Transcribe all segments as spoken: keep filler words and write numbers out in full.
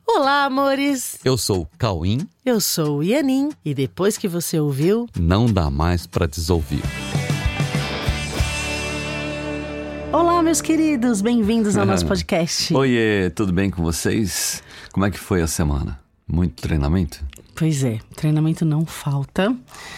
Olá, amores! Eu sou o Cauim. Eu sou o Ianin. E depois que você ouviu, não dá mais pra desouvir. Olá, meus queridos! Bem-vindos ao nosso podcast. Oiê, tudo bem com vocês? Como é que foi a semana? Muito treinamento? Pois é, treinamento não falta.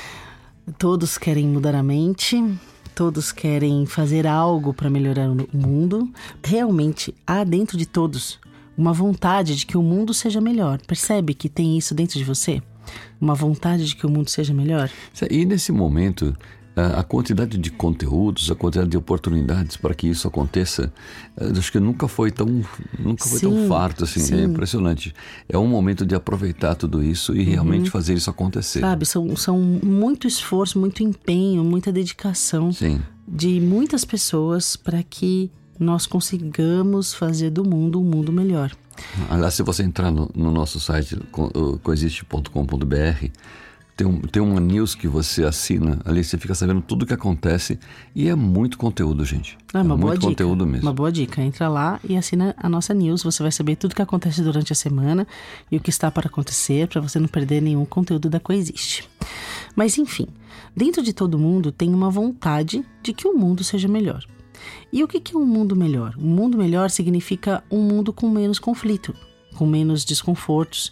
Todos querem mudar a mente, todos querem fazer algo para melhorar o mundo. Realmente há dentro de todos uma vontade de que o mundo seja melhor. Percebe que tem isso dentro de você? Uma vontade de que o mundo seja melhor? E nesse momento, a quantidade de conteúdos, a quantidade de oportunidades para que isso aconteça, acho que nunca foi tão, nunca foi sim, tão farto assim. Sim. É impressionante. É um momento de aproveitar tudo isso e uhum. realmente fazer isso acontecer. Sabe, são, são muito esforço, muito empenho, muita dedicação sim. de muitas pessoas para que nós consigamos fazer do mundo um mundo melhor. Aliás, se você entrar no, no nosso site coexiste ponto com ponto b r, tem, um, tem uma news que você assina, ali você fica sabendo tudo o que acontece e é muito conteúdo, gente. Ah, uma é boa muito dica, conteúdo mesmo. Uma boa dica, entra lá e assina a nossa news, você vai saber tudo o que acontece durante a semana e o que está para acontecer, para você não perder nenhum conteúdo da Coexiste. Mas enfim, dentro de todo mundo tem uma vontade de que o mundo seja melhor. E o que é um mundo melhor? Um mundo melhor significa um mundo com menos conflito, com menos desconfortos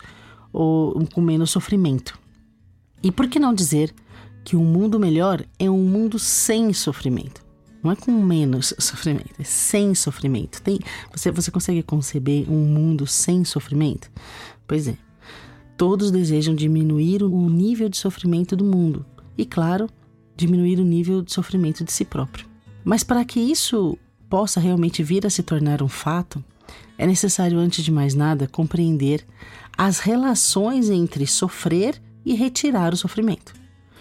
ou com menos sofrimento. E por que não dizer que um mundo melhor é um mundo sem sofrimento? Não é com menos sofrimento, é sem sofrimento. Tem, você, você consegue conceber um mundo sem sofrimento? Pois é, todos desejam diminuir o nível de sofrimento do mundo e, claro, diminuir o nível de sofrimento de si próprio. Mas para que isso possa realmente vir a se tornar um fato, é necessário, antes de mais nada, compreender as relações entre sofrer e retirar o sofrimento.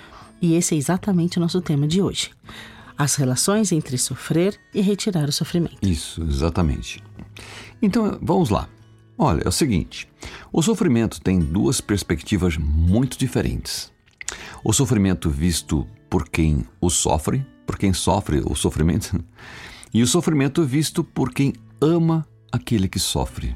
E esse é exatamente o nosso tema de hoje. As relações entre sofrer e retirar o sofrimento. Isso, exatamente. Então, vamos lá. Olha, é o seguinte, o sofrimento tem duas perspectivas muito diferentes. O sofrimento visto por quem o sofre, por quem sofre o sofrimento, e o sofrimento visto por quem ama aquele que sofre.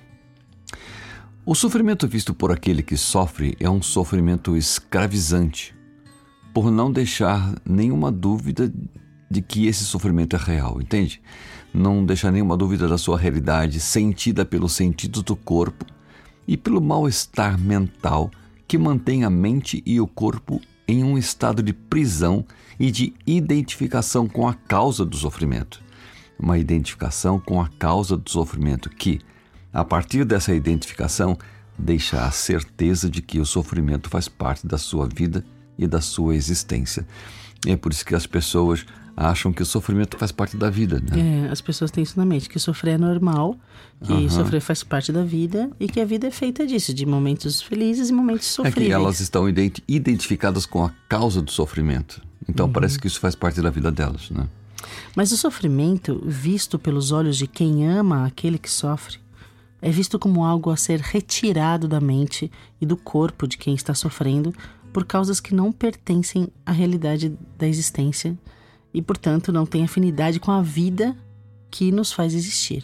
O sofrimento visto por aquele que sofre é um sofrimento escravizante, por não deixar nenhuma dúvida de que esse sofrimento é real, entende? Não deixar nenhuma dúvida da sua realidade, sentida pelos sentidos do corpo e pelo mal-estar mental que mantém a mente e o corpo em um estado de prisão e de identificação com a causa do sofrimento. Uma identificação com a causa do sofrimento que, a partir dessa identificação, deixa a certeza de que o sofrimento faz parte da sua vida e da sua existência. E é por isso que as pessoas acham que o sofrimento faz parte da vida, né? É, as pessoas têm isso na mente, que sofrer é normal, que uhum. sofrer faz parte da vida e que a vida é feita disso, de momentos felizes e momentos sofríveis. É que elas estão ident- identificadas com a causa do sofrimento. Então uhum. parece que isso faz parte da vida delas, né? Mas o sofrimento, visto pelos olhos de quem ama aquele que sofre, é visto como algo a ser retirado da mente e do corpo de quem está sofrendo por causas que não pertencem à realidade da existência e, portanto, não tem afinidade com a vida que nos faz existir.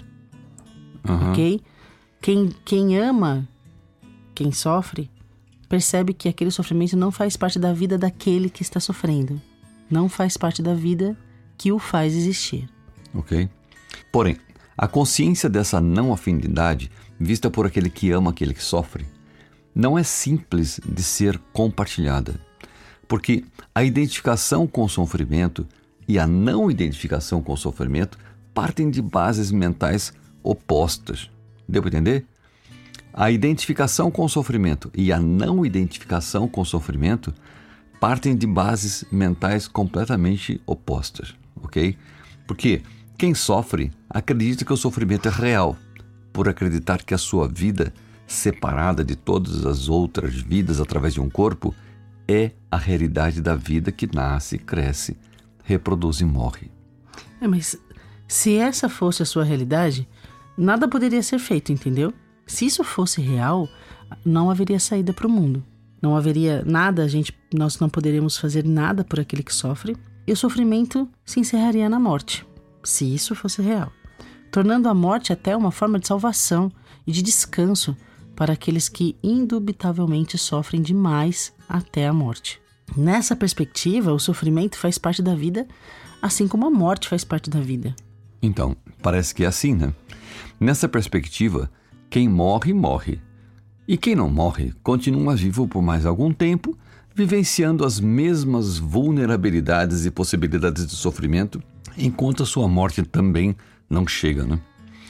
Uhum. Ok? Quem, quem ama quem sofre percebe que aquele sofrimento não faz parte da vida daquele que está sofrendo. Não faz parte da vida que o faz existir. Ok? Porém, a consciência dessa não afinidade, vista por aquele que ama aquele que sofre, não é simples de ser compartilhada. Porque a identificação com o sofrimento e a não identificação com o sofrimento partem de bases mentais opostas. Deu para entender? A identificação com o sofrimento e a não identificação com o sofrimento partem de bases mentais completamente opostas, ok? Porque quem sofre acredita que o sofrimento é real, por acreditar que a sua vida, separada de todas as outras vidas através de um corpo, é a realidade da vida que nasce, cresce, reproduz e morre. É, mas se essa fosse a sua realidade, nada poderia ser feito, entendeu? Se isso fosse real, não haveria saída para o mundo. Não haveria nada, a gente, nós não poderíamos fazer nada por aquele que sofre, e o sofrimento se encerraria na morte, se isso fosse real, tornando a morte até uma forma de salvação e de descanso para aqueles que indubitavelmente sofrem demais até a morte. Nessa perspectiva, o sofrimento faz parte da vida, assim como a morte faz parte da vida. Então, parece que é assim, né? Nessa perspectiva, quem morre, morre. E quem não morre, continua vivo por mais algum tempo, vivenciando as mesmas vulnerabilidades e possibilidades de sofrimento, enquanto a sua morte também não chega, né?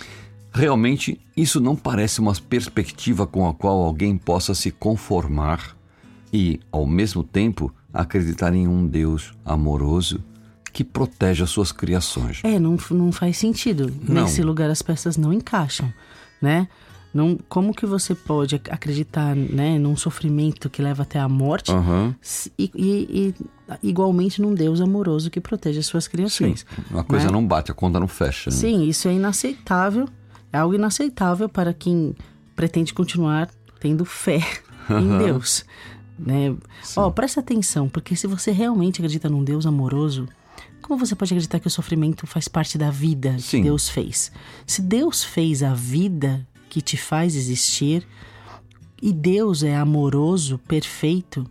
Realmente, isso não parece uma perspectiva com a qual alguém possa se conformar e, ao mesmo tempo, acreditar em um Deus amoroso que protege as suas criações. É, não, não faz sentido. Não. Nesse lugar as peças não encaixam, né? Não, como que você pode acreditar, né, num sofrimento que leva até a morte Uhum. e, e, e igualmente num Deus amoroso que protege as suas criações? Sim, a coisa né? não bate, a conta não fecha. Né? Sim, isso é inaceitável. É algo inaceitável para quem pretende continuar tendo fé em Deus. Né? Ó, presta atenção, porque se você realmente acredita num Deus amoroso, como você pode acreditar que o sofrimento faz parte da vida Sim. que Deus fez? Se Deus fez a vida que te faz existir, e Deus é amoroso, perfeito,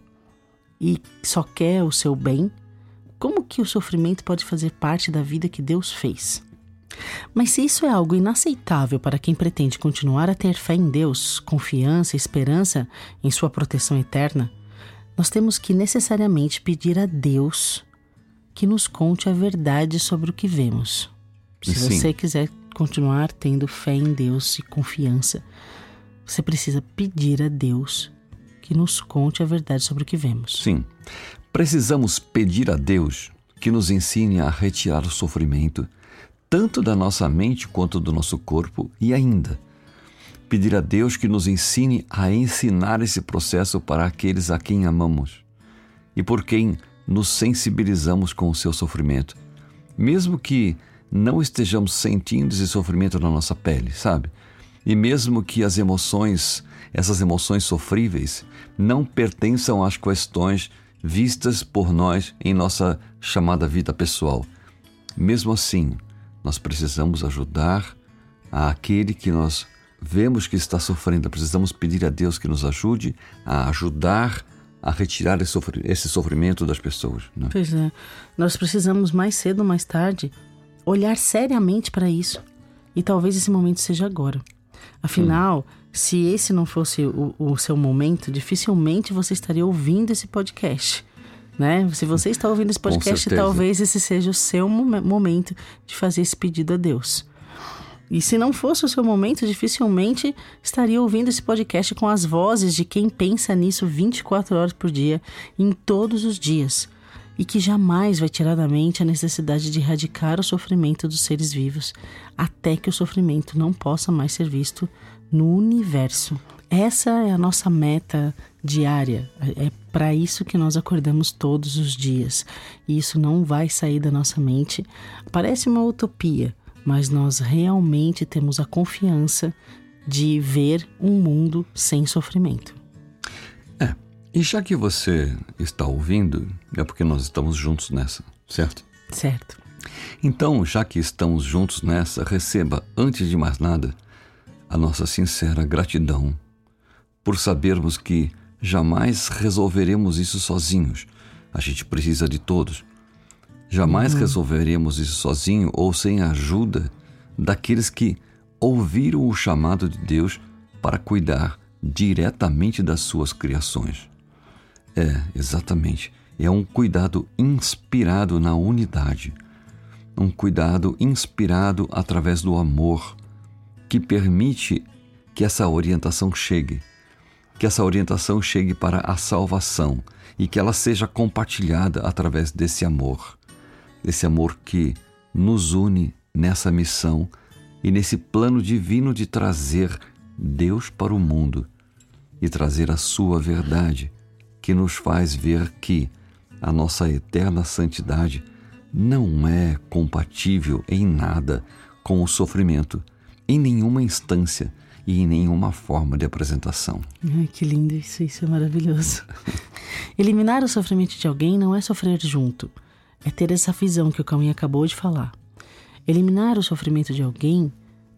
e só quer o seu bem, como que o sofrimento pode fazer parte da vida que Deus fez? Mas se isso é algo inaceitável para quem pretende continuar a ter fé em Deus, confiança e esperança em sua proteção eterna, nós temos que necessariamente pedir a Deus que nos conte a verdade sobre o que vemos. Se Sim. você quiser continuar tendo fé em Deus e confiança, você precisa pedir a Deus que nos conte a verdade sobre o que vemos. Sim, precisamos pedir a Deus que nos ensine a retirar o sofrimento, tanto da nossa mente quanto do nosso corpo, e ainda pedir a Deus que nos ensine a ensinar esse processo para aqueles a quem amamos e por quem nos sensibilizamos com o seu sofrimento, mesmo que não estejamos sentindo esse sofrimento na nossa pele, sabe? E mesmo que as emoções, essas emoções sofríveis, não pertençam às questões vistas por nós em nossa chamada vida pessoal. Mesmo assim, nós precisamos ajudar aquele que nós vemos que está sofrendo. Precisamos pedir a Deus que nos ajude a ajudar a retirar esse sofrimento das pessoas. Né? Pois é. Nós precisamos mais cedo ou mais tarde olhar seriamente para isso. E talvez esse momento seja agora. Afinal, hum. se esse não fosse o, o seu momento, dificilmente você estaria ouvindo esse podcast. Né? Se você está ouvindo esse podcast, talvez esse seja o seu momento de fazer esse pedido a Deus. E se não fosse o seu momento, dificilmente estaria ouvindo esse podcast com as vozes de quem pensa nisso vinte e quatro horas por dia, em todos os dias, e que jamais vai tirar da mente a necessidade de erradicar o sofrimento dos seres vivos, até que o sofrimento não possa mais ser visto no universo. Essa é a nossa meta diária, é para isso que nós acordamos todos os dias, e isso não vai sair da nossa mente. Parece uma utopia, mas nós realmente temos a confiança de ver um mundo sem sofrimento. É, e já que você está ouvindo, é porque nós estamos juntos nessa, certo? Certo. Então, já que estamos juntos nessa, receba, antes de mais nada, a nossa sincera gratidão por sabermos que jamais resolveremos isso sozinhos. A gente precisa de todos. Jamais uhum. resolveremos isso sozinho ou sem a ajuda daqueles que ouviram o chamado de Deus para cuidar diretamente das suas criações. É, exatamente. É um cuidado inspirado na unidade. Um cuidado inspirado através do amor que permite que essa orientação chegue. Que essa orientação chegue para a salvação e que ela seja compartilhada através desse amor. Esse amor que nos une nessa missão e nesse plano divino de trazer Deus para o mundo e trazer a sua verdade, que nos faz ver que a nossa eterna santidade não é compatível em nada com o sofrimento, em nenhuma instância e em nenhuma forma de apresentação. Ai, que lindo isso, isso é maravilhoso. Eliminar o sofrimento de alguém não é sofrer junto. É ter essa visão que o Cauim acabou de falar. Eliminar o sofrimento de alguém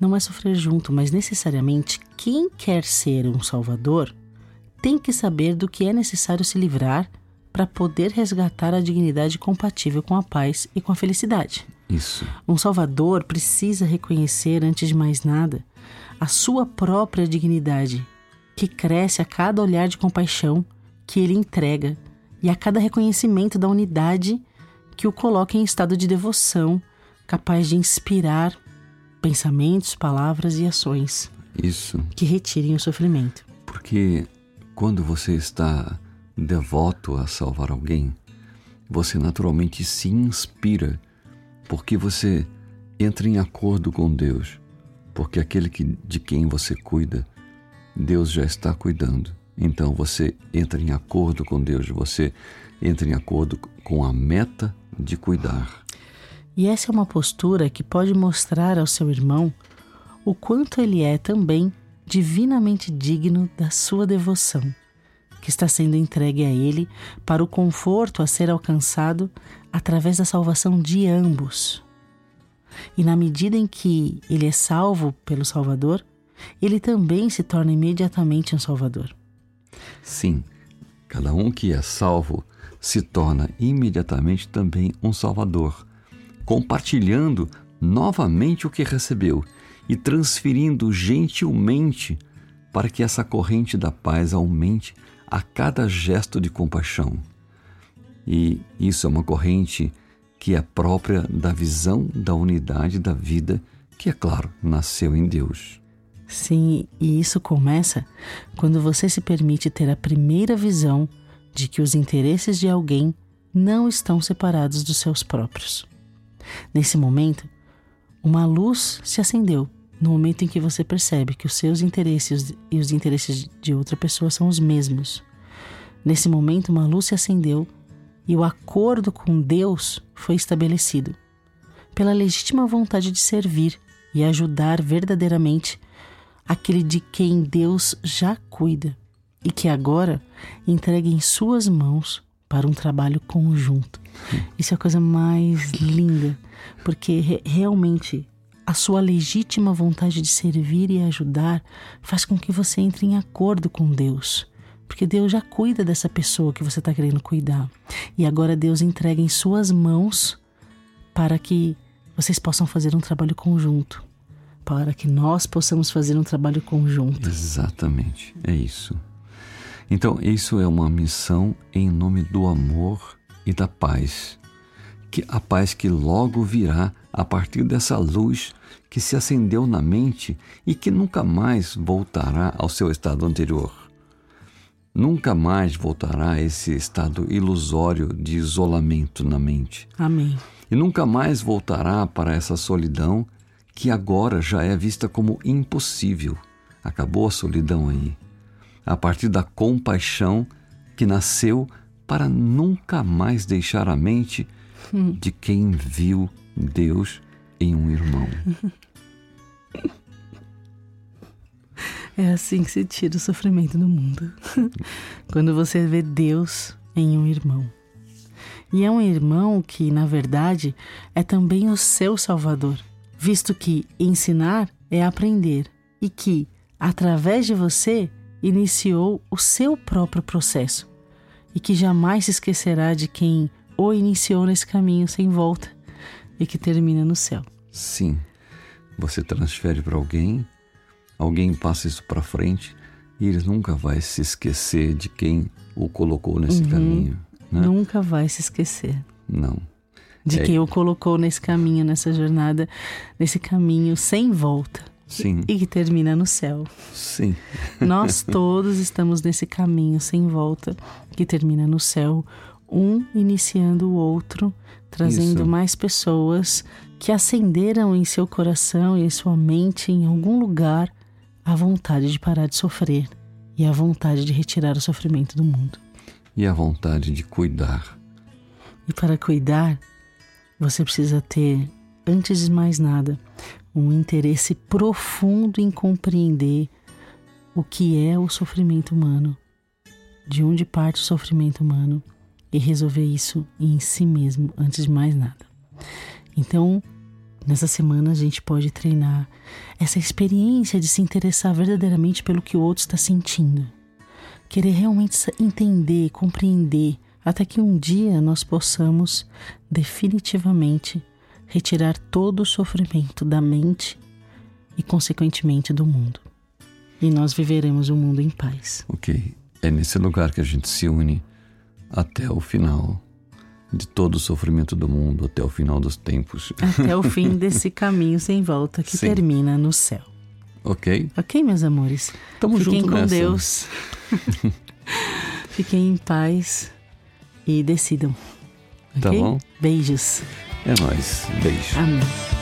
não é sofrer junto, mas necessariamente quem quer ser um salvador tem que saber do que é necessário se livrar para poder resgatar a dignidade compatível com a paz e com a felicidade. Isso. Um salvador precisa reconhecer, antes de mais nada, a sua própria dignidade, que cresce a cada olhar de compaixão que ele entrega e a cada reconhecimento da unidade que o coloca em estado de devoção, capaz de inspirar pensamentos, palavras e ações. Isso. Que retirem o sofrimento. Porque quando você está devoto a salvar alguém, você naturalmente se inspira, porque você entra em acordo com Deus, porque aquele que, de quem você cuida, Deus já está cuidando. Então você entra em acordo com Deus, você entra em acordo com a meta de cuidar. E essa é uma postura que pode mostrar ao seu irmão o quanto ele é também divinamente digno da sua devoção, que está sendo entregue a ele para o conforto a ser alcançado através da salvação de ambos. E na medida em que ele é salvo pelo Salvador, ele também se torna imediatamente um Salvador. Sim, cada um que é salvo se torna imediatamente também um Salvador, compartilhando novamente o que recebeu e transferindo gentilmente para que essa corrente da paz aumente a cada gesto de compaixão. E isso é uma corrente que é própria da visão da unidade da vida, que, é claro, nasceu em Deus. Sim, e isso começa quando você se permite ter a primeira visão de que os interesses de alguém não estão separados dos seus próprios. Nesse momento, uma luz se acendeu, no momento em que você percebe que os seus interesses e os interesses de outra pessoa são os mesmos. Nesse momento, uma luz se acendeu e o acordo com Deus foi estabelecido, pela legítima vontade de servir e ajudar verdadeiramente aquele de quem Deus já cuida e que agora entrega em suas mãos para um trabalho conjunto. Isso é a coisa mais linda, porque re- realmente a sua legítima vontade de servir e ajudar faz com que você entre em acordo com Deus, porque Deus já cuida dessa pessoa que você está querendo cuidar. E agora Deus entrega em suas mãos para que vocês possam fazer um trabalho conjunto, para que nós possamos fazer um trabalho conjunto. Exatamente, é isso. Então, isso é uma missão em nome do amor e da paz. Que a paz que logo virá a partir dessa luz que se acendeu na mente e que nunca mais voltará ao seu estado anterior. Nunca mais voltará a esse estado ilusório de isolamento na mente. Amém. E nunca mais voltará para essa solidão que agora já é vista como impossível. Acabou a solidão aí. A partir da compaixão que nasceu para nunca mais deixar a mente hum. de quem viu Deus em um irmão. É assim que se tira o sofrimento do mundo. Quando você vê Deus em um irmão. E é um irmão que, na verdade, é também o seu Salvador, visto que ensinar é aprender e que, através de você, iniciou o seu próprio processo e que jamais se esquecerá de quem o iniciou nesse caminho sem volta e que termina no céu. Sim, você transfere para alguém, alguém passa isso para frente e ele nunca vai se esquecer de quem o colocou nesse uhum. caminho. Né? Nunca vai se esquecer. Não. De é... quem o colocou nesse caminho, nessa jornada, nesse caminho sem volta. Sim. E que termina no céu. Sim. Nós todos estamos nesse caminho sem volta, que termina no céu, um iniciando o outro, trazendo Isso. mais pessoas que acenderam em seu coração e em sua mente, em algum lugar, a vontade de parar de sofrer e a vontade de retirar o sofrimento do mundo. E a vontade de cuidar. E para cuidar, você precisa ter, antes de mais nada, um interesse profundo em compreender o que é o sofrimento humano, de onde parte o sofrimento humano e resolver isso em si mesmo, antes de mais nada. Então, Nessa semana a gente pode treinar essa experiência de se interessar verdadeiramente pelo que o outro está sentindo. Querer realmente entender, compreender, até que um dia nós possamos definitivamente retirar todo o sofrimento da mente e, consequentemente, do mundo. E nós viveremos um mundo em paz. Ok. É nesse lugar que a gente se une até o final de todo o sofrimento do mundo, até o final dos tempos. Até o fim desse caminho sem volta que Sim. termina no céu. Ok? Ok, meus amores? Tamo Fiquem junto com nessa. Deus. Fiquem em paz e decidam. Tá Okay? bom? Beijos. É nóis. Beijo. Amém.